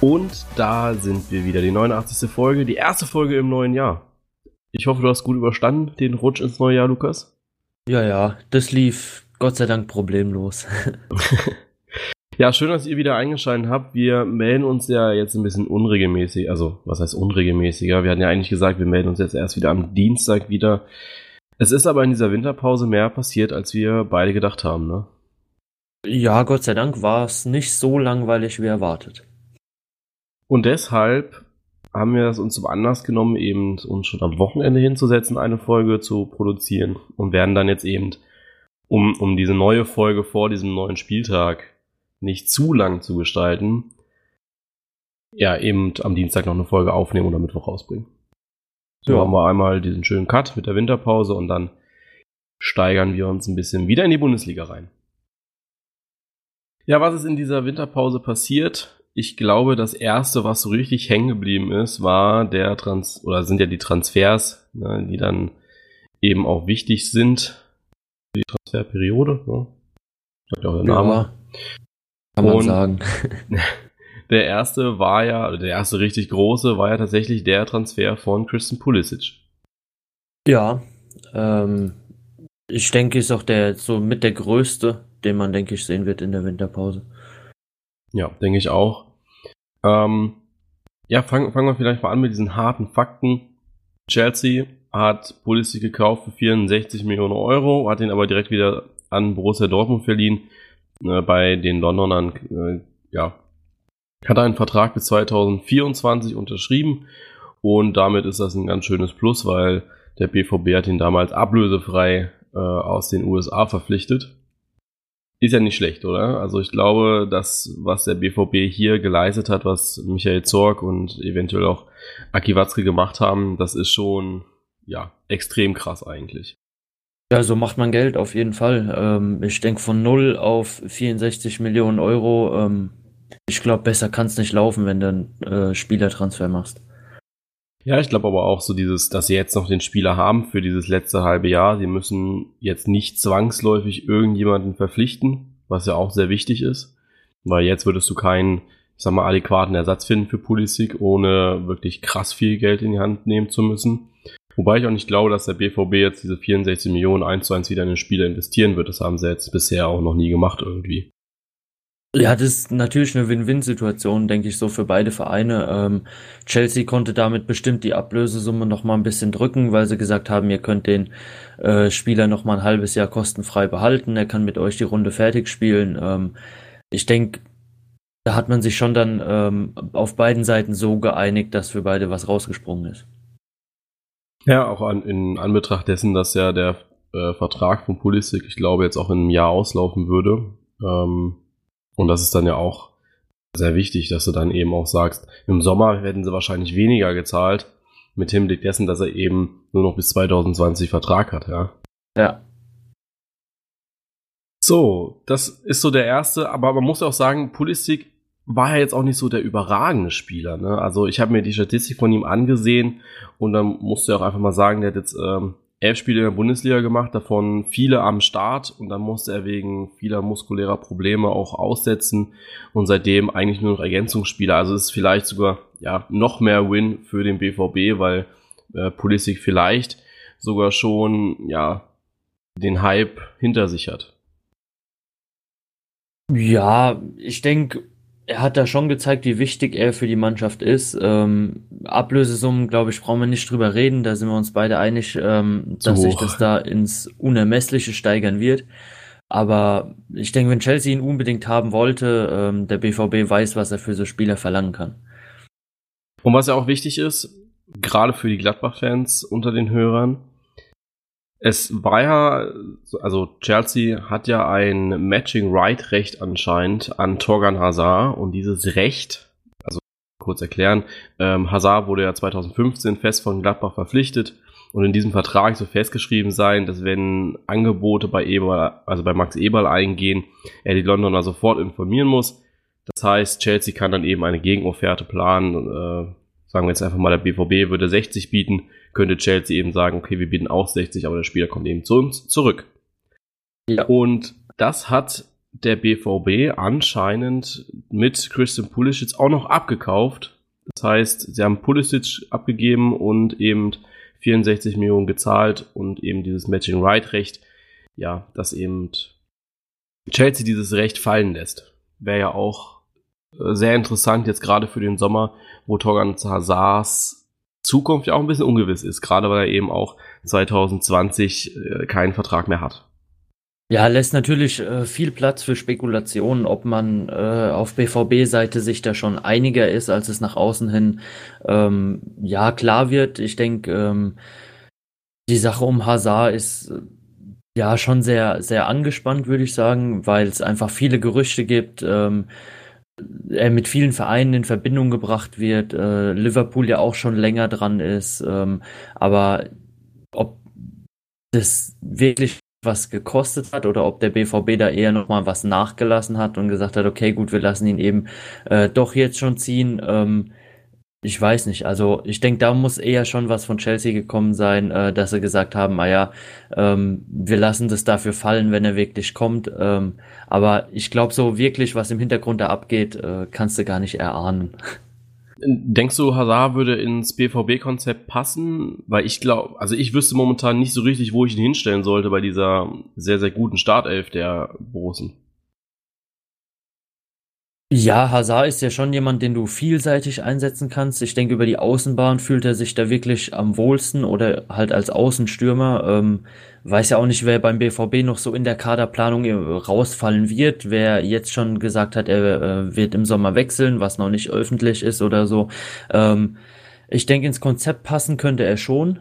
Und da sind wir wieder, die 89. Folge, die erste Folge im neuen Jahr. Ich hoffe, du hast gut überstanden, den Rutsch ins neue Jahr, Lukas. Ja, das lief Gott sei Dank problemlos. Ja, schön, dass ihr wieder eingeschaltet habt. Wir melden uns ja jetzt ein bisschen unregelmäßig, also was heißt unregelmäßiger? Wir hatten ja eigentlich gesagt, wir melden uns jetzt erst wieder am Dienstag wieder. Es ist aber in dieser Winterpause mehr passiert, als wir beide gedacht haben, ne? Ja, Gott sei Dank war es nicht so langweilig wie erwartet. Und deshalb haben wir es uns zum Anlass genommen, eben uns schon am Wochenende hinzusetzen, eine Folge zu produzieren und werden dann jetzt eben, um diese neue Folge vor diesem neuen Spieltag nicht zu lang zu gestalten, ja, eben am Dienstag noch eine Folge aufnehmen und am Mittwoch rausbringen. So haben wir einmal diesen schönen Cut mit der Winterpause und dann steigern wir uns ein bisschen wieder in die Bundesliga rein. Ja, was ist in dieser Winterpause passiert? Ich glaube, das erste, was so richtig hängen geblieben ist, war sind ja die Transfers, ne, die dann eben auch wichtig sind. Die Transferperiode, ne? Sagt ja auch der Name. Ja, kann man sagen. Der erste richtig große war ja tatsächlich der Transfer von Christian Pulisic. Ja, ich denke, ist auch mit der größte, den man, denke ich, sehen wird in der Winterpause. Ja, denke ich auch. Fangen wir vielleicht mal an mit diesen harten Fakten. Chelsea hat Pulisic gekauft für 64 Millionen Euro, hat ihn aber direkt wieder an Borussia Dortmund verliehen. Bei den Londonern, hat er einen Vertrag bis 2024 unterschrieben und damit ist das ein ganz schönes Plus, weil der BVB hat ihn damals ablösefrei aus den USA verpflichtet. Ist ja nicht schlecht, oder? Also ich glaube, das, was der BVB hier geleistet hat, was Michael Zorc und eventuell auch Aki Watzke gemacht haben, das ist schon, extrem krass eigentlich. Ja, so macht man Geld auf jeden Fall. Ich denke, von 0 auf 64 Millionen Euro, ich glaube, besser kann es nicht laufen, wenn du einen Spielertransfer machst. Ja, ich glaube aber auch so dass sie jetzt noch den Spieler haben für dieses letzte halbe Jahr. Sie müssen jetzt nicht zwangsläufig irgendjemanden verpflichten, was ja auch sehr wichtig ist. Weil jetzt würdest du keinen, adäquaten Ersatz finden für Pulisic, ohne wirklich krass viel Geld in die Hand nehmen zu müssen. Wobei ich auch nicht glaube, dass der BVB jetzt diese 64 Millionen 1:1 wieder in den Spieler investieren wird. Das haben sie jetzt bisher auch noch nie gemacht irgendwie. Ja, das ist natürlich eine Win-Win-Situation, denke ich, so für beide Vereine. Chelsea konnte damit bestimmt die Ablösesumme noch mal ein bisschen drücken, weil sie gesagt haben, ihr könnt den Spieler noch mal ein halbes Jahr kostenfrei behalten, er kann mit euch die Runde fertig spielen. Ich denke, da hat man sich schon dann auf beiden Seiten so geeinigt, dass für beide was rausgesprungen ist. Ja, auch in Anbetracht dessen, dass ja der Vertrag von Pulisic, ich glaube, jetzt auch in einem Jahr auslaufen würde. Und das ist dann ja auch sehr wichtig, dass du dann eben auch sagst, im Sommer werden sie wahrscheinlich weniger gezahlt, mit Hinblick dessen, dass er eben nur noch bis 2020 Vertrag hat, ja. Ja. So, das ist so der erste, aber man muss auch sagen, Pulisic war ja jetzt auch nicht so der überragende Spieler, ne? Also ich habe mir die Statistik von ihm angesehen und dann musst du ja auch einfach mal sagen, der hat jetzt 11 Spiele in der Bundesliga gemacht, davon viele am Start und dann musste er wegen vieler muskulärer Probleme auch aussetzen und seitdem eigentlich nur noch Ergänzungsspieler. Also es ist vielleicht sogar noch mehr Win für den BVB, weil Pulisic vielleicht sogar schon den Hype hinter sich hat. Ja, ich denke, er hat da schon gezeigt, wie wichtig er für die Mannschaft ist. Ablösesummen, glaube ich, brauchen wir nicht drüber reden. Da sind wir uns beide einig, dass sich das da ins Unermessliche steigern wird. Aber ich denke, wenn Chelsea ihn unbedingt haben wollte, der BVB weiß, was er für so Spieler verlangen kann. Und was ja auch wichtig ist, gerade für die Gladbach-Fans unter den Hörern, es war ja, also Chelsea hat ja ein Matching-Right-Recht anscheinend an Thorgan Hazard und dieses Recht, also kurz erklären, Hazard wurde ja 2015 fest von Gladbach verpflichtet und in diesem Vertrag soll festgeschrieben sein, dass wenn Angebote bei Max Eberl eingehen, er die Londoner sofort informieren muss. Das heißt, Chelsea kann dann eben eine Gegenofferte planen, sagen wir jetzt einfach mal, der BVB würde 60 bieten, könnte Chelsea eben sagen, okay, wir bieten auch 60, aber der Spieler kommt eben zu uns zurück. Ja. Und das hat der BVB anscheinend mit Christian Pulisic auch noch abgekauft. Das heißt, sie haben Pulisic abgegeben und eben 64 Millionen gezahlt und eben dieses Matching-Right-Recht, ja, dass eben Chelsea dieses Recht fallen lässt. Wäre ja auch sehr interessant jetzt gerade für den Sommer, wo Thorgan Hazards Zukunft ja auch ein bisschen ungewiss ist, gerade weil er eben auch 2020 keinen Vertrag mehr hat. Ja, lässt natürlich viel Platz für Spekulationen, ob man auf BVB-Seite sich da schon einiger ist, als es nach außen hin ja klar wird. Ich denke, die Sache um Hazard ist ja schon sehr, sehr angespannt, würde ich sagen, weil es einfach viele Gerüchte gibt, er mit vielen Vereinen in Verbindung gebracht wird, Liverpool ja auch schon länger dran ist, aber ob das wirklich was gekostet hat oder ob der BVB da eher nochmal was nachgelassen hat und gesagt hat, okay, gut, wir lassen ihn eben doch jetzt schon ziehen. Ich weiß nicht, also ich denke, da muss eher schon was von Chelsea gekommen sein, dass sie gesagt haben, wir lassen das dafür fallen, wenn er wirklich kommt. Aber ich glaube, so wirklich, was im Hintergrund da abgeht, kannst du gar nicht erahnen. Denkst du, Hazard würde ins BVB-Konzept passen? Weil ich glaube, also ich wüsste momentan nicht so richtig, wo ich ihn hinstellen sollte bei dieser sehr, sehr guten Startelf der Borussen. Ja, Hazard ist ja schon jemand, den du vielseitig einsetzen kannst. Ich denke, über die Außenbahn fühlt er sich da wirklich am wohlsten oder halt als Außenstürmer. Weiß ja auch nicht, wer beim BVB noch so in der Kaderplanung rausfallen wird. Wer jetzt schon gesagt hat, er wird im Sommer wechseln, was noch nicht öffentlich ist oder so. Ich denke, ins Konzept passen könnte er schon.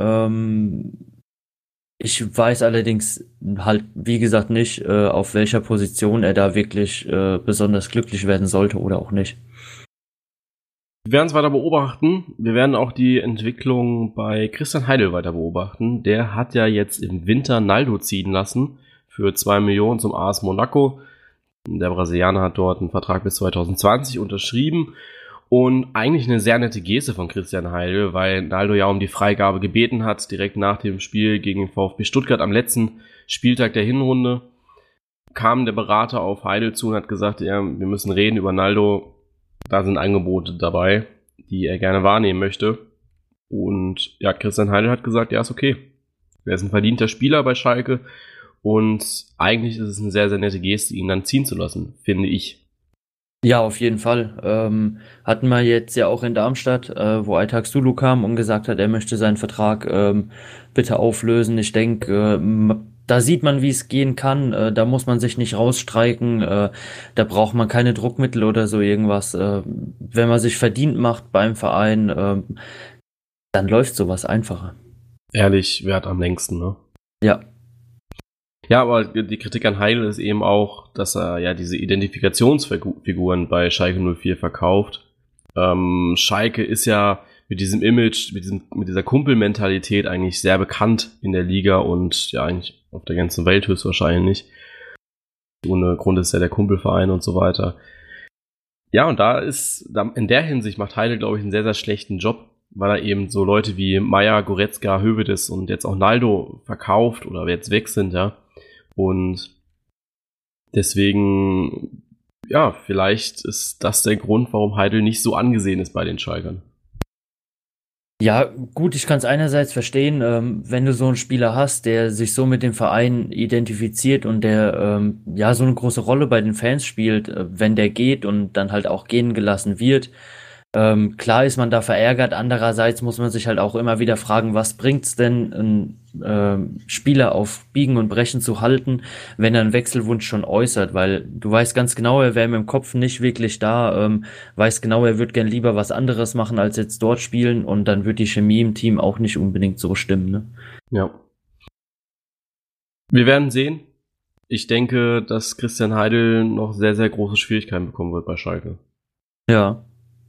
Ich weiß allerdings halt, wie gesagt, nicht, auf welcher Position er da wirklich besonders glücklich werden sollte oder auch nicht. Wir werden es weiter beobachten. Wir werden auch die Entwicklung bei Christian Heidel weiter beobachten. Der hat ja jetzt im Winter Naldo ziehen lassen für 2 Millionen zum AS Monaco. Der Brasilianer hat dort einen Vertrag bis 2020 unterschrieben. Und eigentlich eine sehr nette Geste von Christian Heidel, weil Naldo ja um die Freigabe gebeten hat, direkt nach dem Spiel gegen den VfB Stuttgart am letzten Spieltag der Hinrunde. Kam der Berater auf Heidel zu und hat gesagt, ja, wir müssen reden über Naldo. Da sind Angebote dabei, die er gerne wahrnehmen möchte. Und ja, Christian Heidel hat gesagt, ja, ist okay. Er ist ein verdienter Spieler bei Schalke und eigentlich ist es eine sehr, sehr nette Geste, ihn dann ziehen zu lassen, finde ich. Ja, auf jeden Fall. Hatten wir jetzt ja auch in Darmstadt, wo Aytaç Sulu kam und gesagt hat, er möchte seinen Vertrag bitte auflösen. Ich denke, da sieht man, wie es gehen kann. Da muss man sich nicht rausstreiken. Da braucht man keine Druckmittel oder so irgendwas. Wenn man sich verdient macht beim Verein, dann läuft sowas einfacher. Ehrlich, wer hat am längsten, ne? Ja. Ja, aber die Kritik an Heidel ist eben auch, dass er ja diese Identifikationsfiguren bei Schalke 04 verkauft. Schalke ist ja mit diesem Image, mit dieser Kumpelmentalität eigentlich sehr bekannt in der Liga und ja eigentlich auf der ganzen Welt höchstwahrscheinlich. Ohne Grund ist ja der Kumpelverein und so weiter. Ja, und in der Hinsicht macht Heidel, glaube ich, einen sehr, sehr schlechten Job, weil er eben so Leute wie Meier, Goretzka, Hövedes und jetzt auch Naldo verkauft oder jetzt weg sind, ja. Und deswegen, ja, vielleicht ist das der Grund, warum Heidel nicht so angesehen ist bei den Schalkern. Ja, gut, ich kann es einerseits verstehen, wenn du so einen Spieler hast, der sich so mit dem Verein identifiziert und der ja so eine große Rolle bei den Fans spielt, wenn der geht und dann halt auch gehen gelassen wird. Klar ist man da verärgert, andererseits muss man sich halt auch immer wieder fragen, was bringt's denn, einen Spieler auf Biegen und Brechen zu halten, wenn er einen Wechselwunsch schon äußert, weil du weißt ganz genau, er wäre im Kopf nicht wirklich da, weiß genau, er würde gern lieber was anderes machen, als jetzt dort spielen und dann wird die Chemie im Team auch nicht unbedingt so stimmen, ne? Ja. Wir werden sehen. Ich denke, dass Christian Heidel noch sehr, sehr große Schwierigkeiten bekommen wird bei Schalke. Ja.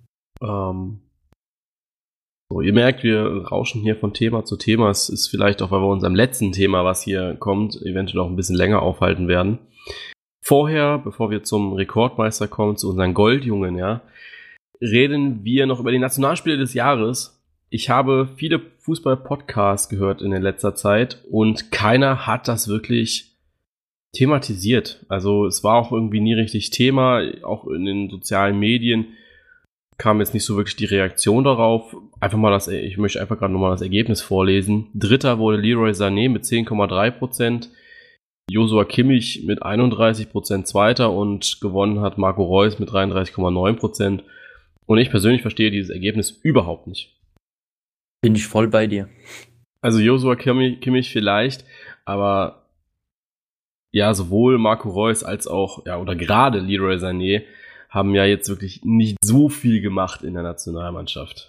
So, ihr merkt, wir rauschen hier von Thema zu Thema. Es ist vielleicht auch, weil wir uns am letzten Thema, was hier kommt, eventuell auch ein bisschen länger aufhalten werden. Vorher, bevor wir zum Rekordmeister kommen, zu unseren Goldjungen, ja, reden wir noch über die Nationalspiele des Jahres. Ich habe viele Fußball-Podcasts gehört in der letzter Zeit und keiner hat das wirklich thematisiert. Also es war auch irgendwie nie richtig Thema, auch in den sozialen Medien kam jetzt nicht so wirklich die Reaktion darauf. Ich möchte einfach gerade nochmal das Ergebnis vorlesen. Dritter wurde Leroy Sané mit 10,3%, Joshua Kimmich mit 31% Zweiter und gewonnen hat Marco Reus mit 33,9%. Und ich persönlich verstehe dieses Ergebnis überhaupt nicht. Bin ich voll bei dir. Also Joshua Kimmich vielleicht, aber ja, sowohl Marco Reus als auch, ja, oder gerade Leroy Sané haben ja jetzt wirklich nicht so viel gemacht in der Nationalmannschaft.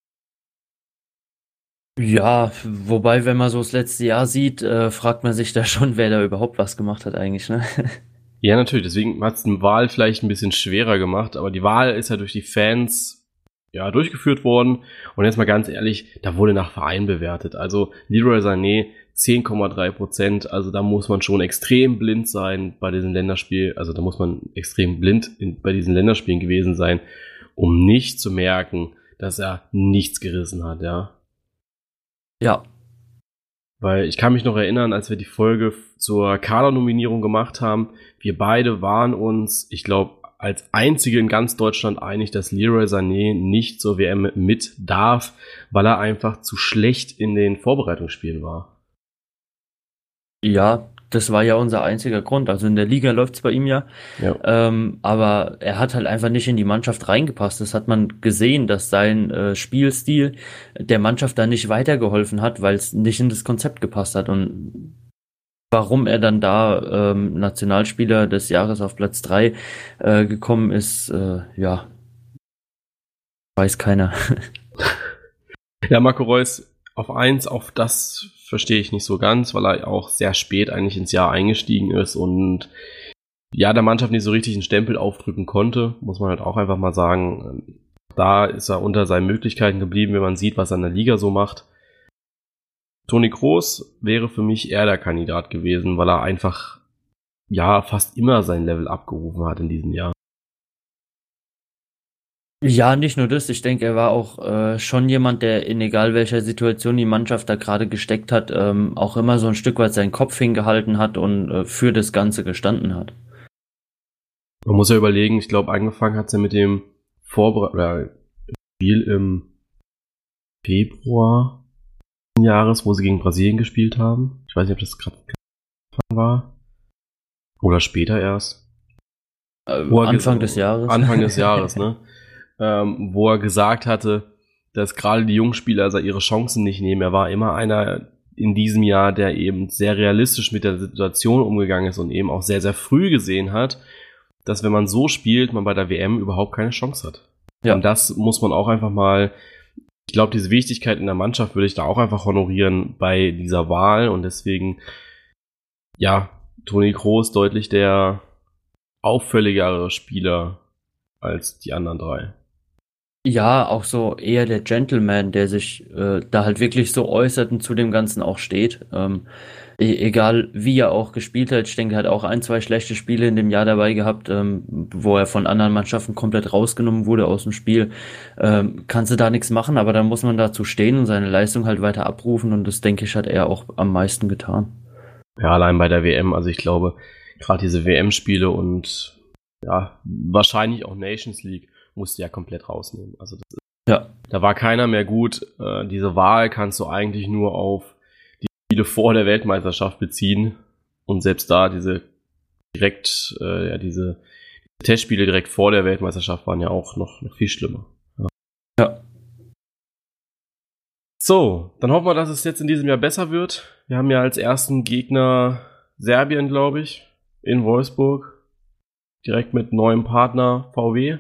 Ja, wobei, wenn man so das letzte Jahr sieht, fragt man sich da schon, wer da überhaupt was gemacht hat eigentlich, ne? Ja, natürlich, deswegen hat es die Wahl vielleicht ein bisschen schwerer gemacht, aber die Wahl ist ja durch die Fans ja durchgeführt worden und jetzt mal ganz ehrlich, da wurde nach Verein bewertet. Also Leroy Sané 10,3%, also da muss man schon extrem blind sein bei diesen Länderspielen, also da muss man extrem blind bei diesen Länderspielen gewesen sein, um nicht zu merken, dass er nichts gerissen hat, ja. Ja. Weil ich kann mich noch erinnern, als wir die Folge zur Kadernominierung gemacht haben, wir beide waren uns, ich glaube, als einzige in ganz Deutschland einig, dass Leroy Sané nicht zur WM mit darf, weil er einfach zu schlecht in den Vorbereitungsspielen war. Ja, das war ja unser einziger Grund. Also in der Liga läuft's bei ihm ja. Aber er hat halt einfach nicht in die Mannschaft reingepasst. Das hat man gesehen, dass sein Spielstil der Mannschaft da nicht weitergeholfen hat, weil es nicht in das Konzept gepasst hat. Und warum er dann da Nationalspieler des Jahres auf Platz 3 gekommen ist, ja, weiß keiner. Ja, Marco Reus auf 1, auf das verstehe ich nicht so ganz, weil er auch sehr spät eigentlich ins Jahr eingestiegen ist und ja, der Mannschaft nicht so richtig einen Stempel aufdrücken konnte, muss man halt auch einfach mal sagen. Da ist er unter seinen Möglichkeiten geblieben, wenn man sieht, was er in der Liga so macht. Toni Kroos wäre für mich eher der Kandidat gewesen, weil er einfach ja fast immer sein Level abgerufen hat in diesem Jahr. Ja, nicht nur das. Ich denke, er war auch schon jemand, der in egal welcher Situation die Mannschaft da gerade gesteckt hat, auch immer so ein Stück weit seinen Kopf hingehalten hat und für das Ganze gestanden hat. Man muss ja überlegen, ich glaube, angefangen hat es ja mit dem Spiel im Februar Jahres, wo sie gegen Brasilien gespielt haben. Ich weiß nicht, ob das gerade war. Oder später erst. Anfang des Jahres. Anfang des Jahres, ne? Wo er gesagt hatte, dass gerade die Jungspieler ihre Chancen nicht nehmen. Er war immer einer in diesem Jahr, der eben sehr realistisch mit der Situation umgegangen ist und eben auch sehr, sehr früh gesehen hat, dass wenn man so spielt, man bei der WM überhaupt keine Chance hat. Ja. Und das muss man auch einfach mal, ich glaube, diese Wichtigkeit in der Mannschaft würde ich da auch einfach honorieren bei dieser Wahl und deswegen, ja, Toni Kroos deutlich der auffälligere Spieler als die anderen 3. Ja, auch so eher der Gentleman, der sich da halt wirklich so äußert und zu dem Ganzen auch steht. Egal wie er auch gespielt hat, ich denke, er hat auch 1, 2 schlechte Spiele in dem Jahr dabei gehabt, wo er von anderen Mannschaften komplett rausgenommen wurde aus dem Spiel. Kannst du da nichts machen, aber dann muss man dazu stehen und seine Leistung halt weiter abrufen und das, denke ich, hat er auch am meisten getan. Ja, allein bei der WM, also ich glaube, gerade diese WM-Spiele und ja, wahrscheinlich auch Nations League musste ja komplett rausnehmen. Also das ist, ja. Da war keiner mehr gut. Diese Wahl kannst du eigentlich nur auf die Spiele vor der Weltmeisterschaft beziehen. Und selbst da diese Testspiele direkt vor der Weltmeisterschaft waren ja auch noch viel schlimmer. Ja. So, dann hoffen wir, dass es jetzt in diesem Jahr besser wird. Wir haben ja als ersten Gegner Serbien, glaube ich, in Wolfsburg. Direkt mit neuem Partner VW.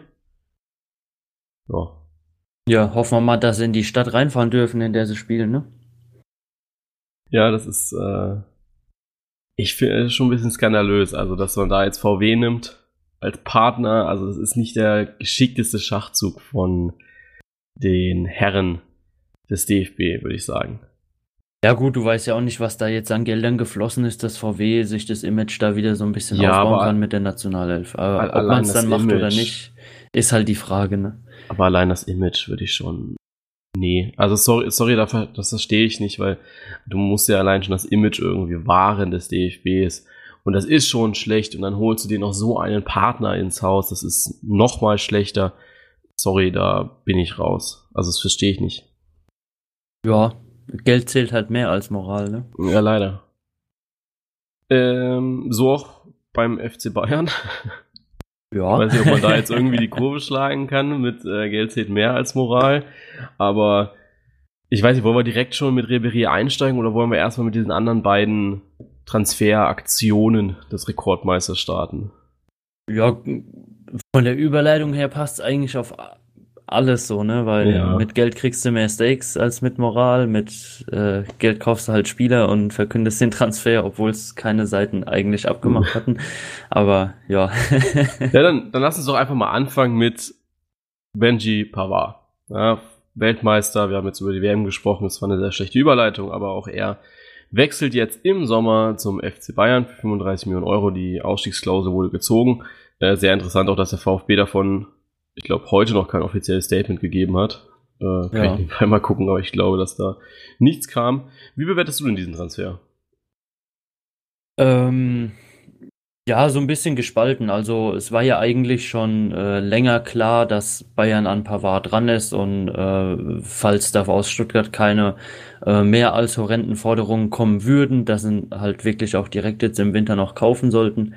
Ja, hoffen wir mal, dass sie in die Stadt reinfahren dürfen, in der sie spielen, ne? Ja, das ist, ich finde es schon ein bisschen skandalös, also dass man da jetzt VW nimmt als Partner, also das ist nicht der geschickteste Schachzug von den Herren des DFB, würde ich sagen. Ja gut, du weißt ja auch nicht, was da jetzt an Geldern geflossen ist, dass VW sich das Image da wieder so ein bisschen aufbauen kann mit der Nationalelf. Aber ob man es dann macht oder nicht, ist halt die Frage, ne? Aber allein das Image würde ich schon... Nee, also sorry dafür, das verstehe ich nicht, weil du musst ja allein schon das Image irgendwie wahren des DFBs Und das ist schon schlecht. Und dann holst du dir noch so einen Partner ins Haus. Das ist noch mal schlechter. Sorry, da bin ich raus. Also das verstehe ich nicht. Ja, Geld zählt halt mehr als Moral, ne? Ja, leider. So auch beim FC Bayern. Ja. Ich weiß nicht, ob man da jetzt irgendwie die Kurve schlagen kann mit Geld zählt mehr als Moral. Aber ich weiß nicht, wollen wir direkt schon mit Ribéry einsteigen oder wollen wir erstmal mit diesen anderen beiden Transferaktionen des Rekordmeisters starten? Ja, von der Überleitung her passt es eigentlich auf alles so, ne? Weil mit Geld kriegst du mehr Steaks als mit Moral, mit Geld kaufst du halt Spieler und verkündest den Transfer, obwohl es keine Seiten eigentlich abgemacht hatten. Aber ja. Ja, dann lass uns doch einfach mal anfangen mit Benji Pavard. Ja, Weltmeister, wir haben jetzt über die WM gesprochen, das war eine sehr schlechte Überleitung, aber auch er wechselt jetzt im Sommer zum FC Bayern für 35 Millionen Euro. Die Ausstiegsklausel wurde gezogen. Sehr interessant auch, dass der VfB davon, ich glaube, heute noch kein offizielles Statement gegeben hat. Kann ich mal gucken, aber ich glaube, dass da nichts kam. Wie bewertest du denn diesen Transfer? Ja, so ein bisschen gespalten. Also es war ja eigentlich schon länger klar, dass Bayern an Pavard dran ist und falls da aus Stuttgart keine mehr als horrenden Forderungen kommen würden, dass sie halt wirklich auch direkt jetzt im Winter noch kaufen sollten.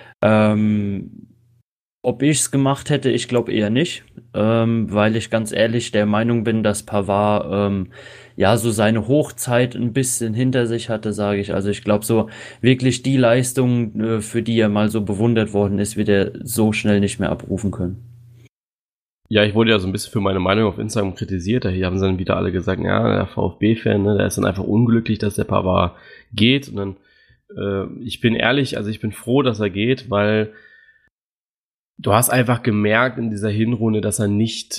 Ob ich es gemacht hätte, ich glaube eher nicht, weil ich ganz ehrlich der Meinung bin, dass Pavard ja so seine Hochzeit ein bisschen hinter sich hatte, sage ich. Also ich glaube so wirklich die Leistung, für die er mal so bewundert worden ist, wird er so schnell nicht mehr abrufen können. Ja, ich wurde ja so ein bisschen für meine Meinung auf Instagram kritisiert. Hier haben sie dann wieder alle gesagt, ja, der VfB-Fan, ne, der ist dann einfach unglücklich, dass der Pavard geht. Und dann, ich bin ehrlich, also ich bin froh, dass er geht, weil du hast einfach gemerkt in dieser Hinrunde, dass er nicht,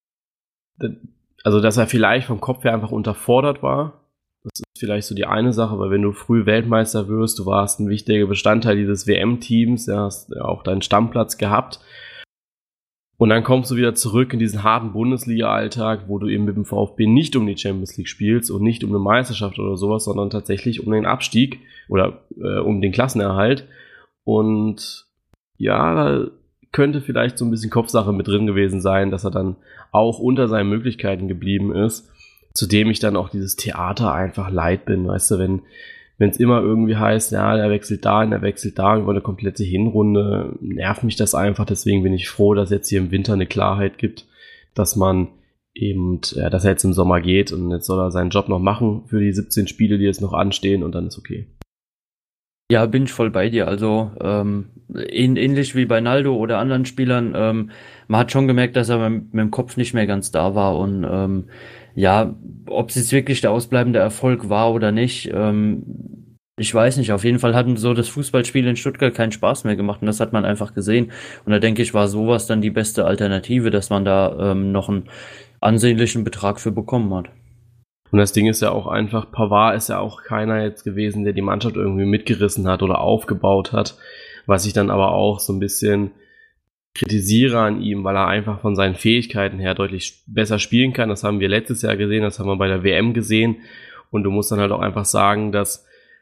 also dass er vielleicht vom Kopf her einfach unterfordert war. Das ist vielleicht so die eine Sache, weil wenn du früh Weltmeister wirst, du warst ein wichtiger Bestandteil dieses WM-Teams, ja, hast ja auch deinen Stammplatz gehabt. Und dann kommst du wieder zurück in diesen harten Bundesliga-Alltag, wo du eben mit dem VfB nicht um die Champions League spielst und nicht um eine Meisterschaft oder sowas, sondern tatsächlich um den Abstieg oder um den Klassenerhalt. Und ja, da könnte vielleicht so ein bisschen Kopfsache mit drin gewesen sein, dass er dann auch unter seinen Möglichkeiten geblieben ist, zudem ich dann auch dieses Theater einfach leid bin, weißt du, wenn es immer irgendwie heißt, ja, der wechselt da über eine komplette Hinrunde, nervt mich das einfach, deswegen bin ich froh, dass jetzt hier im Winter eine Klarheit gibt, dass man eben, dass er jetzt im Sommer geht und jetzt soll er seinen Job noch machen für die 17 Spiele, die jetzt noch anstehen und dann ist okay. Ja, bin ich voll bei dir. Also ähnlich wie bei Naldo oder anderen Spielern, man hat schon gemerkt, dass er mit dem Kopf nicht mehr ganz da war. Und ja, ob es jetzt wirklich der ausbleibende Erfolg war oder nicht, ich weiß nicht. Auf jeden Fall hatten so das Fußballspiel in Stuttgart keinen Spaß mehr gemacht und das hat man einfach gesehen. Und da denke ich, war sowas dann die beste Alternative, dass man da noch einen ansehnlichen Betrag für bekommen hat. Und das Ding ist ja auch einfach, Pavard ist ja auch keiner jetzt gewesen, der die Mannschaft irgendwie mitgerissen hat oder aufgebaut hat, was ich dann aber auch so ein bisschen kritisiere an ihm, weil er einfach von seinen Fähigkeiten her deutlich besser spielen kann. Das haben wir letztes Jahr gesehen, das haben wir bei der WM gesehen und du musst dann halt auch einfach sagen, dass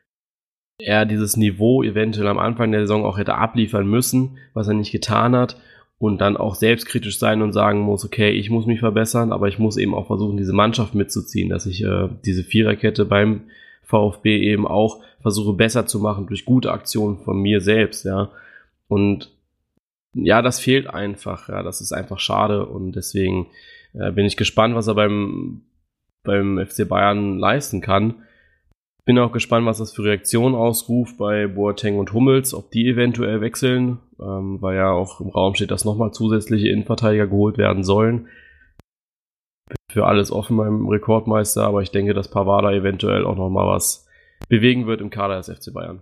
er dieses Niveau eventuell am Anfang der Saison auch hätte abliefern müssen, was er nicht getan hat. Und dann auch selbstkritisch sein und sagen muss, okay, ich muss mich verbessern, aber ich muss eben auch versuchen, diese Mannschaft mitzuziehen, dass ich diese Viererkette beim VfB eben auch versuche besser zu machen durch gute Aktionen von mir selbst, ja. Und ja, das fehlt einfach, ja, das ist einfach schade und deswegen bin ich gespannt, was er beim FC Bayern leisten kann. Bin auch gespannt, was das für Reaktionen ausruft bei Boateng und Hummels, ob die eventuell wechseln, weil ja auch im Raum steht, dass nochmal zusätzliche Innenverteidiger geholt werden sollen. Für alles offen beim Rekordmeister, aber ich denke, dass Pavard eventuell auch nochmal was bewegen wird im Kader des FC Bayern.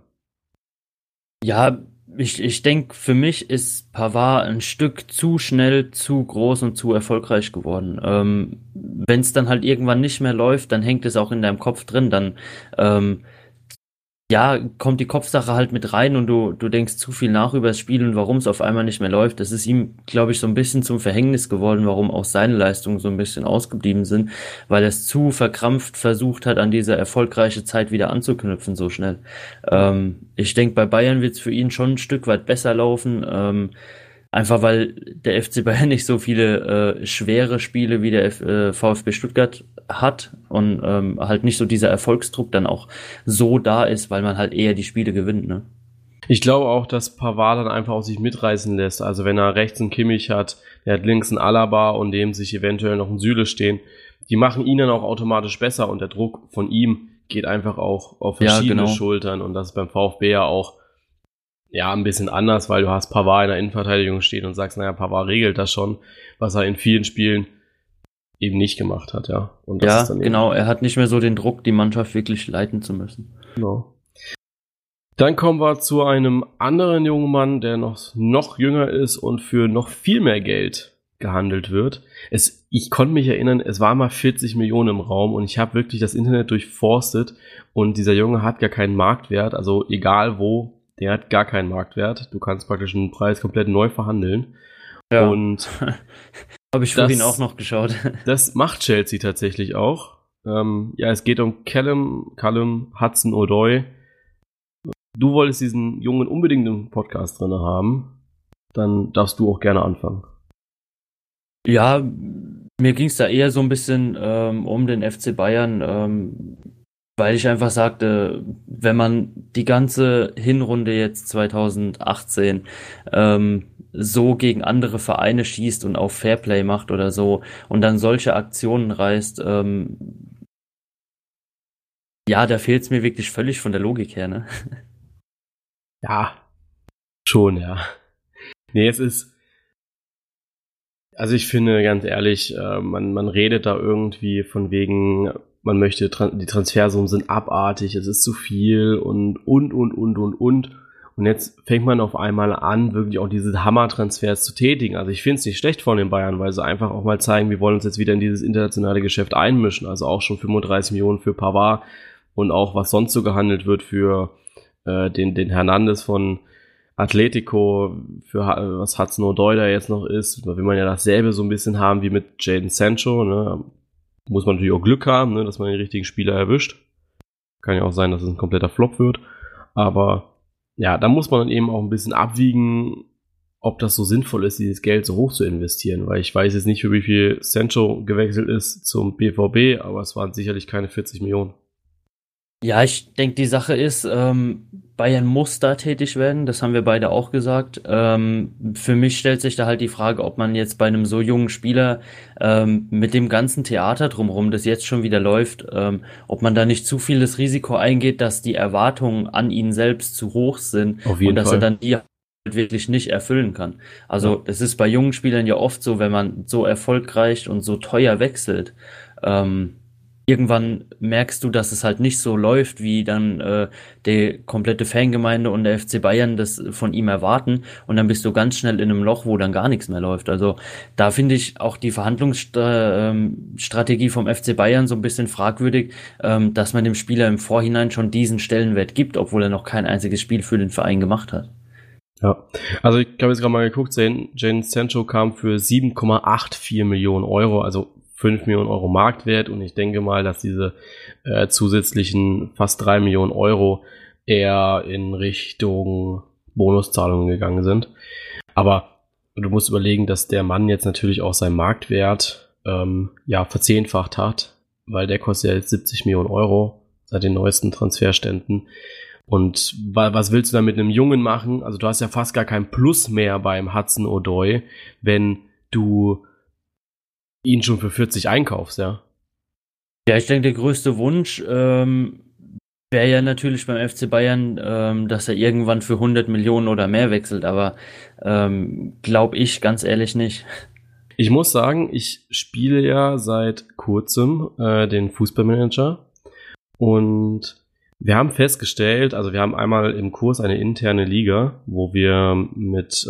Ja, ich denke, für mich ist Pavard ein Stück zu schnell, zu groß und zu erfolgreich geworden. Wenn es dann halt irgendwann nicht mehr läuft, dann hängt es auch in deinem Kopf drin. Dann ja, kommt die Kopfsache halt mit rein und du denkst zu viel nach über das Spiel und warum es auf einmal nicht mehr läuft. Das ist ihm, glaube ich, so ein bisschen zum Verhängnis geworden, warum auch seine Leistungen so ein bisschen ausgeblieben sind, weil er es zu verkrampft versucht hat, an diese erfolgreiche Zeit wieder anzuknüpfen, so schnell. Ich denke, bei Bayern wird es für ihn schon ein Stück weit besser laufen. Einfach weil der FC Bayern nicht so viele schwere Spiele wie der VfB Stuttgart hat und halt nicht so dieser Erfolgsdruck dann auch so da ist, weil man halt eher die Spiele gewinnt, ne? Ich glaube auch, dass Pavard dann einfach auf sich mitreißen lässt. Also wenn er rechts einen Kimmich hat, der hat links einen Alaba und neben sich eventuell noch einen Süle stehen, die machen ihn dann auch automatisch besser und der Druck von ihm geht einfach auch auf verschiedene Schultern und das ist beim VfB ja auch ein bisschen anders, weil du hast Pavard in der Innenverteidigung stehen und sagst, naja, Pavard regelt das schon, was er in vielen Spielen eben nicht gemacht hat, ja. Und das ist dann genau, er hat nicht mehr so den Druck, die Mannschaft wirklich leiten zu müssen. Genau. Dann kommen wir zu einem anderen jungen Mann, der noch jünger ist und für noch viel mehr Geld gehandelt wird. Ich konnte mich erinnern, es war mal 40 Millionen im Raum und ich habe wirklich das Internet durchforstet und dieser Junge hat gar keinen Marktwert, also egal wo, der hat gar keinen Marktwert. Du kannst praktisch einen Preis komplett neu verhandeln. Ja. Und habe ich vorhin auch noch geschaut. Das macht Chelsea tatsächlich auch. Es geht um Callum Hudson-Odoi. Du wolltest diesen Jungen unbedingt im Podcast drin haben. Dann darfst du auch gerne anfangen. Ja, mir ging es da eher so ein bisschen um den FC Bayern, weil ich einfach sagte, wenn man die ganze Hinrunde jetzt 2018 so gegen andere Vereine schießt und auf Fairplay macht oder so und dann solche Aktionen reißt, da fehlt es mir wirklich völlig von der Logik her, ne? Ja, schon, ja. Nee, also ich finde, ganz ehrlich, man redet da irgendwie von wegen, man möchte, die Transfersummen sind abartig, es ist zu viel und. Und jetzt fängt man auf einmal an, wirklich auch diese Hammer-Transfers zu tätigen. Also ich finde es nicht schlecht von den Bayern, weil sie einfach auch mal zeigen, wir wollen uns jetzt wieder in dieses internationale Geschäft einmischen. Also auch schon 35 Millionen für Pavard und auch was sonst so gehandelt wird für den Hernandez von Atletico, für was Hudson-Odoi da jetzt noch ist. Da will man ja dasselbe so ein bisschen haben wie mit Jadon Sancho. Ne? Muss man natürlich auch Glück haben, ne, dass man den richtigen Spieler erwischt. Kann ja auch sein, dass es ein kompletter Flop wird. Aber ja, da muss man dann eben auch ein bisschen abwiegen, ob das so sinnvoll ist, dieses Geld so hoch zu investieren. Weil ich weiß jetzt nicht, für wie viel Sancho gewechselt ist zum BVB, aber es waren sicherlich keine 40 Millionen. Ja, ich denke, die Sache ist, Bayern muss da tätig werden, das haben wir beide auch gesagt. Für mich stellt sich da halt die Frage, ob man jetzt bei einem so jungen Spieler mit dem ganzen Theater drumherum, das jetzt schon wieder läuft, ob man da nicht zu viel das Risiko eingeht, dass die Erwartungen an ihn selbst zu hoch sind und dass er dann die halt wirklich nicht erfüllen kann. Also das ist bei jungen Spielern ja oft so, wenn man so erfolgreich und so teuer wechselt, irgendwann merkst du, dass es halt nicht so läuft, wie dann die komplette Fangemeinde und der FC Bayern das von ihm erwarten und dann bist du ganz schnell in einem Loch, wo dann gar nichts mehr läuft. Also da finde ich auch die Verhandlungsstrategie vom FC Bayern so ein bisschen fragwürdig, dass man dem Spieler im Vorhinein schon diesen Stellenwert gibt, obwohl er noch kein einziges Spiel für den Verein gemacht hat. Ja, also ich habe jetzt gerade mal geguckt, Jadon Sancho kam für 7,84 Millionen Euro, also 5 Millionen Euro Marktwert und ich denke mal, dass diese zusätzlichen fast 3 Millionen Euro eher in Richtung Bonuszahlungen gegangen sind. Aber du musst überlegen, dass der Mann jetzt natürlich auch seinen Marktwert verzehnfacht hat, weil der kostet ja jetzt 70 Millionen Euro seit den neuesten Transferständen. Und was willst du dann mit einem Jungen machen? Also du hast ja fast gar kein Plus mehr beim Hudson-Odoi, wenn du ihn schon für 40 einkaufst, ja. Ja, ich denke, der größte Wunsch wäre ja natürlich beim FC Bayern, dass er irgendwann für 100 Millionen oder mehr wechselt, aber glaube ich ganz ehrlich nicht. Ich muss sagen, ich spiele ja seit kurzem den Fußballmanager und wir haben festgestellt, also wir haben einmal im Kurs eine interne Liga, wo wir mit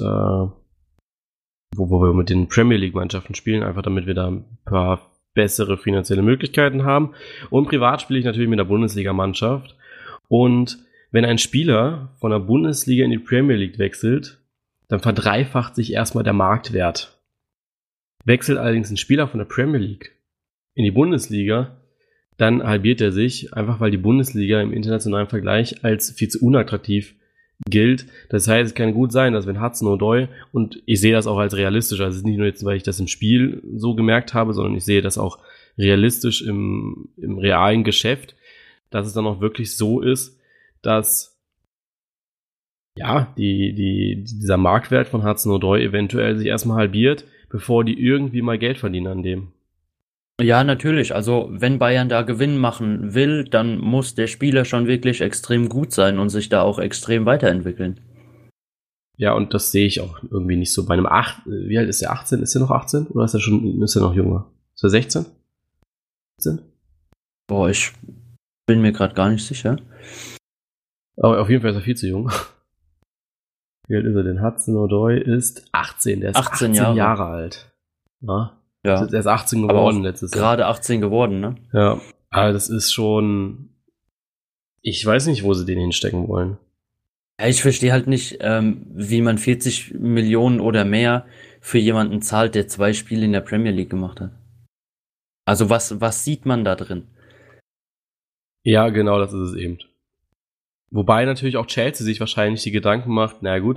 den Premier League Mannschaften spielen, einfach damit wir da ein paar bessere finanzielle Möglichkeiten haben. Und privat spiele ich natürlich mit der Bundesliga Mannschaft. Und wenn ein Spieler von der Bundesliga in die Premier League wechselt, dann verdreifacht sich erstmal der Marktwert. Wechselt allerdings ein Spieler von der Premier League in die Bundesliga, dann halbiert er sich, einfach weil die Bundesliga im internationalen Vergleich als viel zu unattraktiv gilt. Das heißt, es kann gut sein, dass wenn Hudson-Odoi, und ich sehe das auch als realistisch, also es ist nicht nur jetzt, weil ich das im Spiel so gemerkt habe, sondern ich sehe das auch realistisch im realen Geschäft, dass es dann auch wirklich so ist, dass ja, dieser Marktwert von Hudson-Odoi eventuell sich erstmal halbiert, bevor die irgendwie mal Geld verdienen an dem. Ja, natürlich. Also, wenn Bayern da Gewinn machen will, dann muss der Spieler schon wirklich extrem gut sein und sich da auch extrem weiterentwickeln. Ja, und das sehe ich auch irgendwie nicht so bei einem wie alt ist der? 18? Ist er noch 18? Oder ist er noch jünger? Ist er 16? 17? Boah, ich bin mir gerade gar nicht sicher. Aber auf jeden Fall ist er viel zu jung. Wie alt ist er denn? Hudson-Odoi ist 18. Der ist 18 Jahre alt. Ja. Ja. Er ist 18 geworden letztes Jahr. Gerade 18 geworden, ne? Ja, aber das ist schon... Ich weiß nicht, wo sie den hinstecken wollen. Ja, ich verstehe halt nicht, wie man 40 Millionen oder mehr für jemanden zahlt, der 2 Spiele in der Premier League gemacht hat. Also was sieht man da drin? Ja, genau, das ist es eben. Wobei natürlich auch Chelsea sich wahrscheinlich die Gedanken macht, na gut,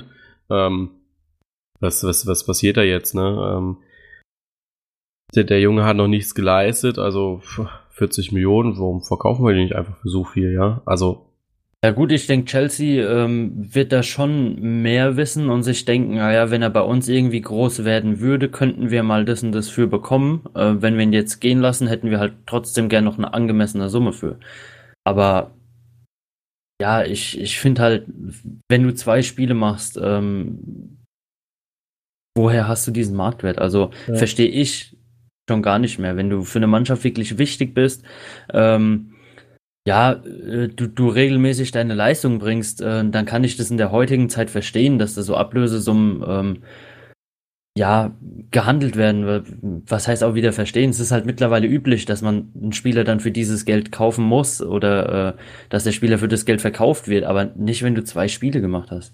was passiert da jetzt, ne? Der Junge hat noch nichts geleistet, also 40 Millionen, warum verkaufen wir den nicht einfach für so viel, ja? Also. Ja gut, ich denke, Chelsea wird da schon mehr wissen und sich denken, naja, wenn er bei uns irgendwie groß werden würde, könnten wir mal das und das für bekommen. Wenn wir ihn jetzt gehen lassen, hätten wir halt trotzdem gern noch eine angemessene Summe für. Aber ja, ich finde halt, wenn du 2 Spiele machst, woher hast du diesen Marktwert? Also verstehe ich schon gar nicht mehr. Wenn du für eine Mannschaft wirklich wichtig bist, du regelmäßig deine Leistung bringst, dann kann ich das in der heutigen Zeit verstehen, dass da so Ablösesummen gehandelt werden. Was heißt auch wieder verstehen? Es ist halt mittlerweile üblich, dass man einen Spieler dann für dieses Geld kaufen muss oder dass der Spieler für das Geld verkauft wird, aber nicht, wenn du 2 Spiele gemacht hast.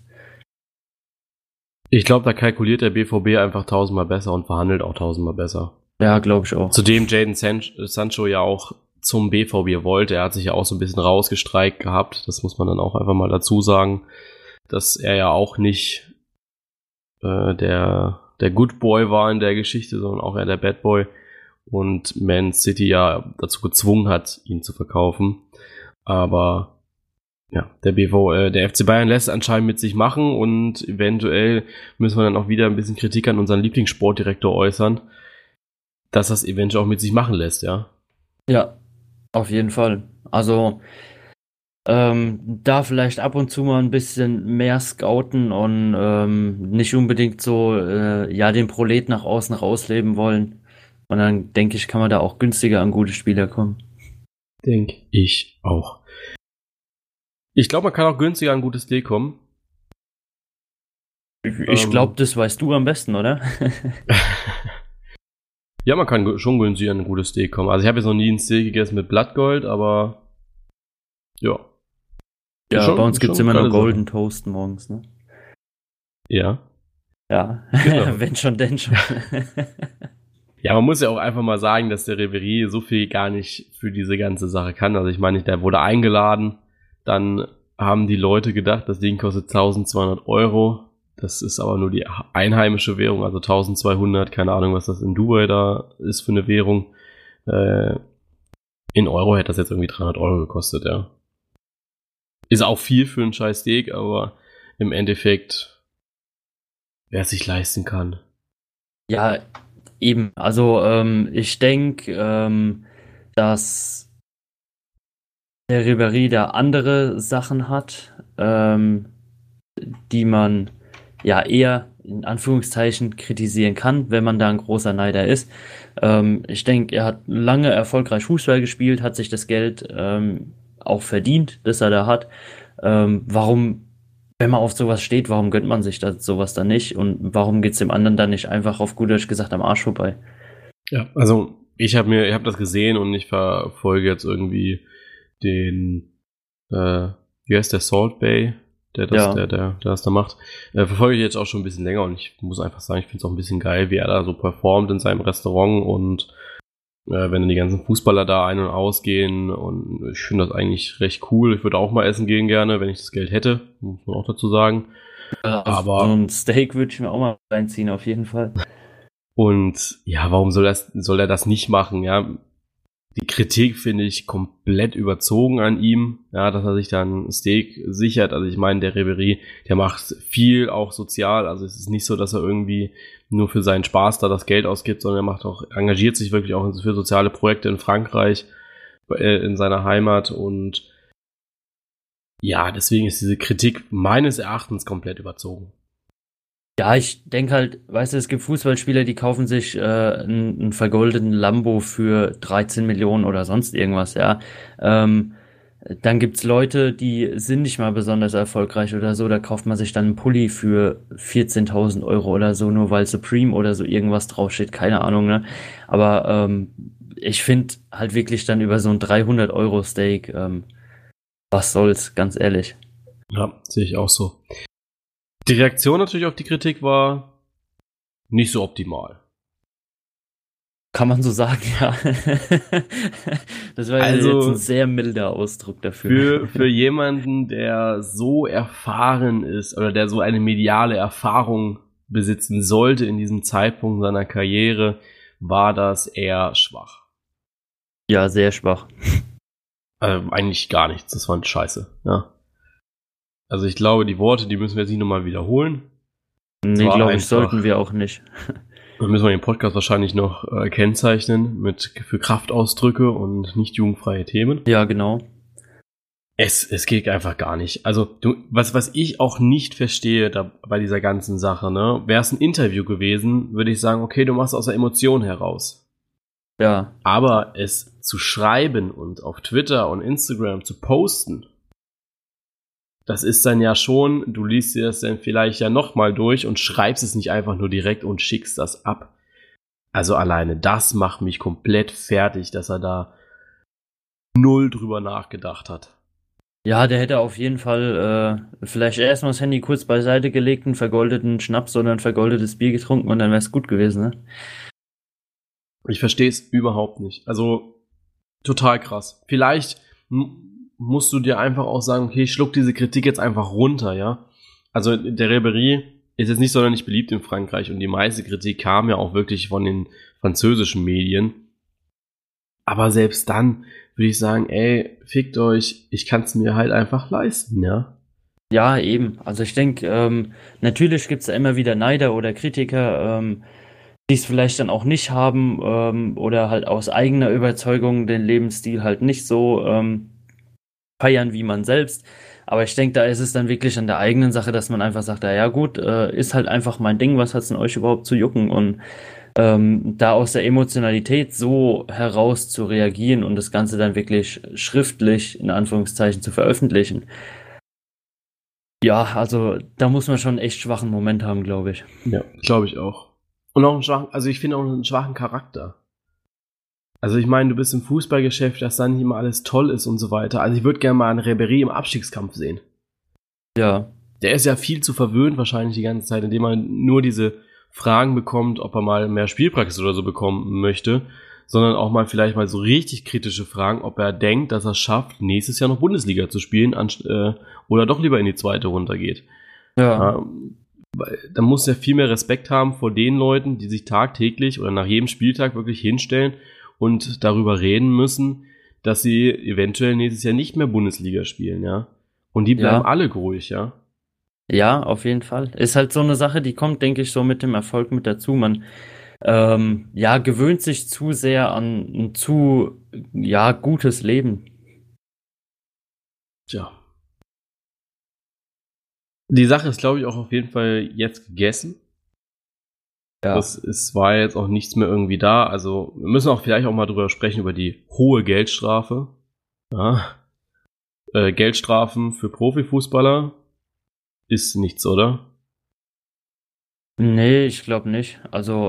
Ich glaube, da kalkuliert der BVB einfach 1000-mal besser und verhandelt auch 1000-mal besser. Ja, glaube ich auch. Zudem Jadon Sancho ja auch zum BVB wollte. Er hat sich ja auch so ein bisschen rausgestreikt gehabt. Das muss man dann auch einfach mal dazu sagen, dass er ja auch nicht der Good Boy war in der Geschichte, sondern auch eher der Bad Boy und Man City ja dazu gezwungen hat, ihn zu verkaufen. Aber ja, der FC Bayern lässt es anscheinend mit sich machen und eventuell müssen wir dann auch wieder ein bisschen Kritik an unseren Lieblingssportdirektor äußern, dass das eventuell auch mit sich machen lässt, ja. Ja, auf jeden Fall. Also da vielleicht ab und zu mal ein bisschen mehr scouten und nicht unbedingt so den Prolet nach außen rausleben wollen. Und dann denke ich, kann man da auch günstiger an gute Spieler kommen. Denke ich auch. Ich glaube, man kann auch günstiger an gutes D kommen. Ich glaube, das weißt du am besten, oder? Ja, man kann schon günstiger an ein gutes Steak kommen. Also ich habe jetzt noch nie ein Steak gegessen mit Blattgold, aber ja. Ja, schon, bei uns gibt es immer nur Golden Toast morgens, ne? Ja. Ja, genau. Wenn schon, denn schon. Ja, man muss ja auch einfach mal sagen, dass der Ribéry so viel gar nicht für diese ganze Sache kann. Also ich meine, der wurde eingeladen, dann haben die Leute gedacht, das Ding kostet 1200 Euro. Das ist aber nur die einheimische Währung, also 1200, keine Ahnung, was das in Dubai da ist für eine Währung. In Euro hätte das jetzt irgendwie 300 Euro gekostet, ja. Ist auch viel für einen scheiß Steak, aber im Endeffekt, wer es sich leisten kann. Ja, eben. Also ich denke, dass der Ribéry da andere Sachen hat, die man ja eher in Anführungszeichen kritisieren kann, wenn man da ein großer Neider ist. Ich denke, er hat lange erfolgreich Fußball gespielt, hat sich das Geld auch verdient, das er da hat. Warum, wenn man auf sowas steht, warum gönnt man sich da sowas dann nicht? Und warum geht's dem anderen dann nicht einfach auf gut Deutsch gesagt am Arsch vorbei? Ja, also ich habe das gesehen und ich verfolge jetzt irgendwie den wie heißt der, Salt Bay, der Ja. das da macht, verfolge ich jetzt auch schon ein bisschen länger und ich muss einfach sagen, ich finde es auch ein bisschen geil, wie er da so performt in seinem Restaurant und wenn dann die ganzen Fußballer da ein- und ausgehen und ich finde das eigentlich recht cool. Ich würde auch mal essen gehen gerne, wenn ich das Geld hätte, muss man auch dazu sagen. Also so Aber ein Steak würde ich mir auch mal reinziehen, auf jeden Fall. und ja, warum soll er das nicht machen? Ja, die Kritik finde ich komplett überzogen an ihm, ja, dass er sich dann ein Steak sichert. Also ich meine, der Ribéry, der macht viel auch sozial. Also es ist nicht so, dass er irgendwie nur für seinen Spaß da das Geld ausgibt, sondern er macht auch, engagiert sich wirklich auch für soziale Projekte in Frankreich, in seiner Heimat und ja, deswegen ist diese Kritik meines Erachtens komplett überzogen. Ja, ich denke halt, weißt du, es gibt Fußballspieler, die kaufen sich einen vergoldeten Lambo für 13 Millionen oder sonst irgendwas, ja. Ähm, Dann gibt's Leute, die sind nicht mal besonders erfolgreich oder so, da kauft man sich dann einen Pulli für 14.000 Euro oder so, nur weil Supreme oder so irgendwas draufsteht, keine Ahnung, ne? Aber ich finde halt wirklich dann über so ein 300-Euro-Steak, was soll's, ganz ehrlich. Ja, sehe ich auch so. Die Reaktion natürlich auf die Kritik war nicht so optimal. Kann man so sagen, ja. Das war ja jetzt ein Also sehr milder Ausdruck dafür. für jemanden, der so erfahren ist oder der so eine mediale Erfahrung besitzen sollte in diesem Zeitpunkt seiner Karriere, war das eher schwach. Ja, sehr schwach. Eigentlich gar nichts, das war scheiße. Ja. Also ich glaube, die Worte, die müssen wir jetzt nicht nochmal wiederholen. Nee, war glaube ich, einfach- sollten wir auch nicht. Dann müssen wir den Podcast wahrscheinlich noch kennzeichnen für Kraftausdrücke und nicht jugendfreie Themen. Ja, genau. Es geht einfach gar nicht. Also, was ich auch nicht verstehe bei dieser ganzen Sache, ne, wäre es ein Interview gewesen, würde ich sagen, okay, du machst aus der Emotion heraus. Ja, Aber es zu schreiben und auf Twitter und Instagram zu posten, das ist dann ja schon, du liest dir das dann vielleicht ja nochmal durch und schreibst es nicht einfach nur direkt und schickst das ab. Also alleine das macht mich komplett fertig, dass er da null drüber nachgedacht hat. ja, der hätte auf jeden Fall vielleicht erstmal das Handy kurz beiseite gelegt, einen vergoldeten Schnaps oder ein vergoldetes Bier getrunken und dann wäre es gut gewesen, ne? Ich verstehe es überhaupt nicht. Also total krass. Vielleicht musst du dir einfach auch sagen, okay, ich schluck diese Kritik jetzt einfach runter, ja. Also der Ribéry ist jetzt nicht sonderlich beliebt in Frankreich und die meiste Kritik kam ja auch wirklich von den französischen Medien. Aber selbst dann würde ich sagen, ey, fickt euch, ich kann es mir halt einfach leisten, ja. Ja, eben. Also ich denke, natürlich gibt's da immer wieder Neider oder Kritiker, die es vielleicht dann auch nicht haben oder halt aus eigener Überzeugung den Lebensstil halt nicht so feiern wie man selbst. Aber ich denke, da ist es dann wirklich an der eigenen Sache, dass man einfach sagt, ja gut, ist halt einfach mein Ding, was hat's denn euch überhaupt zu jucken? Und da aus der Emotionalität so heraus zu reagieren und das Ganze dann wirklich schriftlich in Anführungszeichen zu veröffentlichen. Ja, also da muss man schon einen echt schwachen Moment haben, glaube ich. Ja, glaube ich auch. Und auch einen schwachen, also ich finde auch einen schwachen Charakter. Also ich meine, du bist im Fußballgeschäft, dass da nicht immer alles toll ist und so weiter. Also ich würde gerne mal einen Ribéry im Abstiegskampf sehen. Ja, Der ist ja viel zu verwöhnt wahrscheinlich die ganze Zeit, indem er nur diese Fragen bekommt, ob er mal mehr Spielpraxis oder so bekommen möchte, sondern auch mal vielleicht mal so richtig kritische Fragen, ob er denkt, dass er es schafft, nächstes Jahr noch Bundesliga zu spielen oder doch lieber in die zweite runtergeht. ja, Da muss er viel mehr Respekt haben vor den Leuten, die sich tagtäglich oder nach jedem Spieltag wirklich hinstellen und darüber reden müssen, dass sie eventuell nächstes Jahr nicht mehr Bundesliga spielen, ja. Und die bleiben Ja. alle ruhig, ja. ja, auf jeden Fall. Ist halt so eine Sache, die kommt, denke ich, so mit dem Erfolg mit dazu. Man ja, gewöhnt sich zu sehr an ein zu ja, gutes Leben. Tja. Die Sache ist, glaube ich, auch auf jeden Fall jetzt gegessen. Ja. Es war jetzt auch nichts mehr irgendwie da. Also wir müssen auch vielleicht auch mal drüber sprechen, über die hohe Geldstrafe. Ja. Geldstrafen für Profifußballer ist nichts, oder? Nee, ich glaube nicht. Also,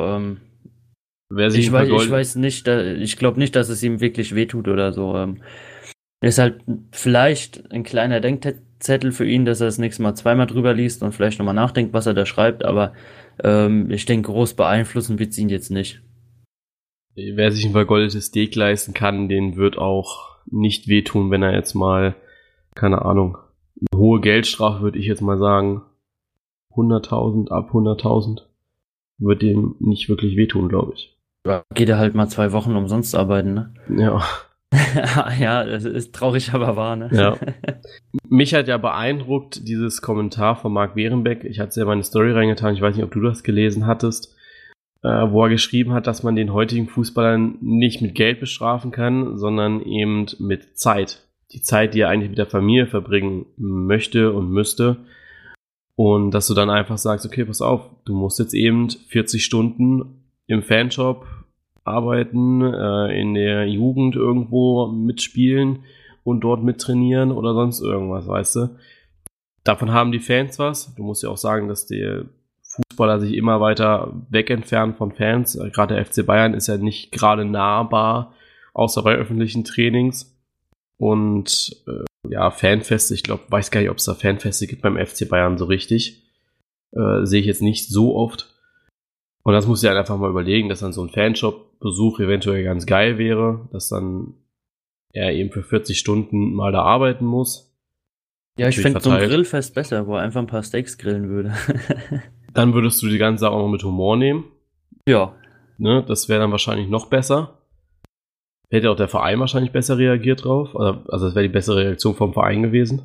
Wer sich ich weiß nicht, ich glaube nicht, dass es ihm wirklich wehtut oder so. Ist halt vielleicht ein kleiner Denkzettel für ihn, dass er das nächste Mal zweimal drüber liest und vielleicht nochmal nachdenkt, was er da schreibt, aber ich denke, groß beeinflussen wird es ihn jetzt nicht. Wer sich ein vergoldetes Steak leisten kann, den wird auch nicht wehtun, wenn er jetzt mal, keine Ahnung, eine hohe Geldstrafe, würde ich jetzt mal sagen, 100.000, ab 100.000, wird dem nicht wirklich wehtun, glaube ich. Ja, geht er halt mal 2 Wochen umsonst arbeiten, ne? Ja. Ja, das ist traurig, aber wahr, ne? Ja. Mich hat ja beeindruckt dieses Kommentar von Marc Behrenbeck. Ich hatte es ja in meine Story reingetan, ich weiß nicht, ob du das gelesen hattest, wo er geschrieben hat, dass man den heutigen Fußballern nicht mit Geld bestrafen kann, sondern eben mit Zeit. Die Zeit, die er eigentlich mit der Familie verbringen möchte und müsste. Und dass du dann einfach sagst, okay, pass auf, du musst jetzt eben 40 Stunden im Fanshop arbeiten, in der Jugend irgendwo mitspielen und dort mittrainieren oder sonst irgendwas, weißt du. Davon haben die Fans was. Du musst ja auch sagen, dass die Fußballer sich immer weiter weg entfernen von Fans. Gerade der FC Bayern ist ja nicht gerade nahbar, außer bei öffentlichen Trainings. Und ja, Fanfeste, ich glaube, weiß gar nicht, ob es da Fanfeste gibt beim FC Bayern so richtig. Sehe ich jetzt nicht so oft. Und das musst du halt einfach mal überlegen, dass dann so ein Fanshop-Besuch eventuell ganz geil wäre, dass dann er eben für 40 Stunden mal da arbeiten muss. Ja, ich finde so ein Grillfest besser, wo er einfach ein paar Steaks grillen würde. Dann würdest du die ganze Sache auch noch mit Humor nehmen. Ja. Ne, das wäre dann wahrscheinlich noch besser. Hätte auch der Verein wahrscheinlich besser reagiert drauf. Also das wäre die bessere Reaktion vom Verein gewesen.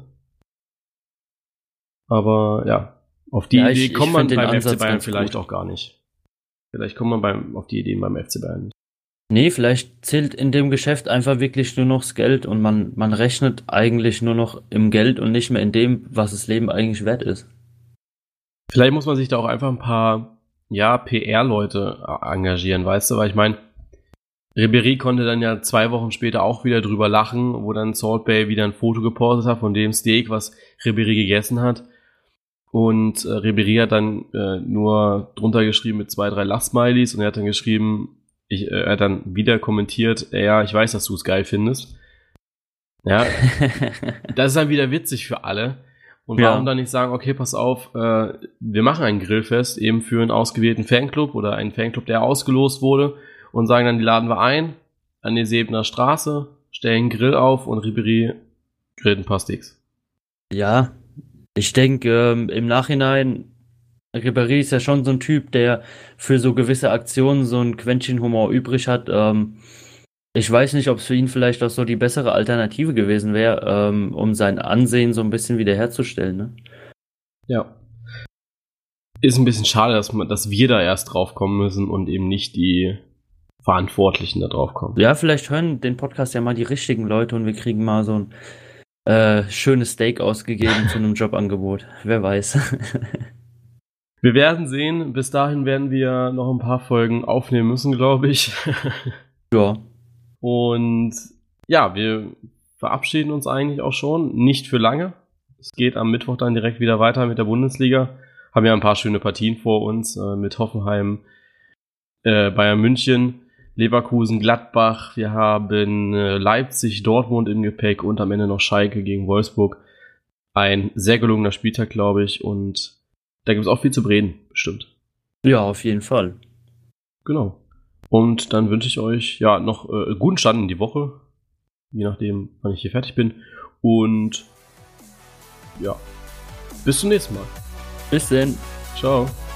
Aber ja, auf die Idee kommt man beim FC Bayern vielleicht auch gar nicht. Vielleicht kommt man auf die Ideen beim FC Bayern nicht. Nee, vielleicht zählt in dem Geschäft einfach wirklich nur noch das Geld und man rechnet eigentlich nur noch im Geld und nicht mehr in dem, was das Leben eigentlich wert ist. Vielleicht muss man sich da auch einfach ein paar, ja, PR-Leute engagieren, weißt du? Weil ich meine, Ribéry konnte dann ja 2 Wochen später auch wieder drüber lachen, wo dann Salt Bay wieder ein Foto gepostet hat von dem Steak, was Ribéry gegessen hat. Und Ribéry hat dann nur drunter geschrieben mit 2, 3 Lachsmilies und er hat dann geschrieben, er hat dann wieder kommentiert, ja, ich weiß, dass du es geil findest. Ja, das ist dann wieder witzig für alle. Und warum dann nicht sagen, okay, pass auf, wir machen ein Grillfest eben für einen ausgewählten Fanclub oder einen Fanclub, der ausgelost wurde und sagen dann, die laden wir ein an die Seebner Straße, stellen einen Grill auf und Ribéry grillt ein paar Steaks. Ja, ich denke, im Nachhinein, Ribéry ist ja schon so ein Typ, der für so gewisse Aktionen so ein Quäntchen Humor übrig hat. Ich weiß nicht, ob es für ihn vielleicht auch so die bessere Alternative gewesen wäre, um sein Ansehen so ein bisschen wiederherzustellen. Ne? Ja. Ist ein bisschen schade, dass wir da erst drauf kommen müssen und eben nicht die Verantwortlichen da drauf kommen. Ja, vielleicht hören den Podcast ja mal die richtigen Leute und wir kriegen mal so ein schönes Steak ausgegeben zu einem Jobangebot. Wer weiß. Wir werden sehen. Bis dahin werden wir noch ein paar Folgen aufnehmen müssen, glaube ich. Ja. Und ja, wir verabschieden uns eigentlich auch schon. Nicht für lange. Es geht am Mittwoch dann direkt wieder weiter mit der Bundesliga. Haben ja ein paar schöne Partien vor uns mit Hoffenheim, Bayern München, Leverkusen, Gladbach. Wir haben Leipzig, Dortmund im Gepäck und am Ende noch Schalke gegen Wolfsburg. Ein sehr gelungener Spieltag, glaube ich. Und da gibt es auch viel zu reden, bestimmt. Ja, auf jeden Fall. Genau. Und dann wünsche ich euch ja noch guten Start in die Woche. Je nachdem, wann ich hier fertig bin. Und ja, bis zum nächsten Mal. Bis denn. Ciao.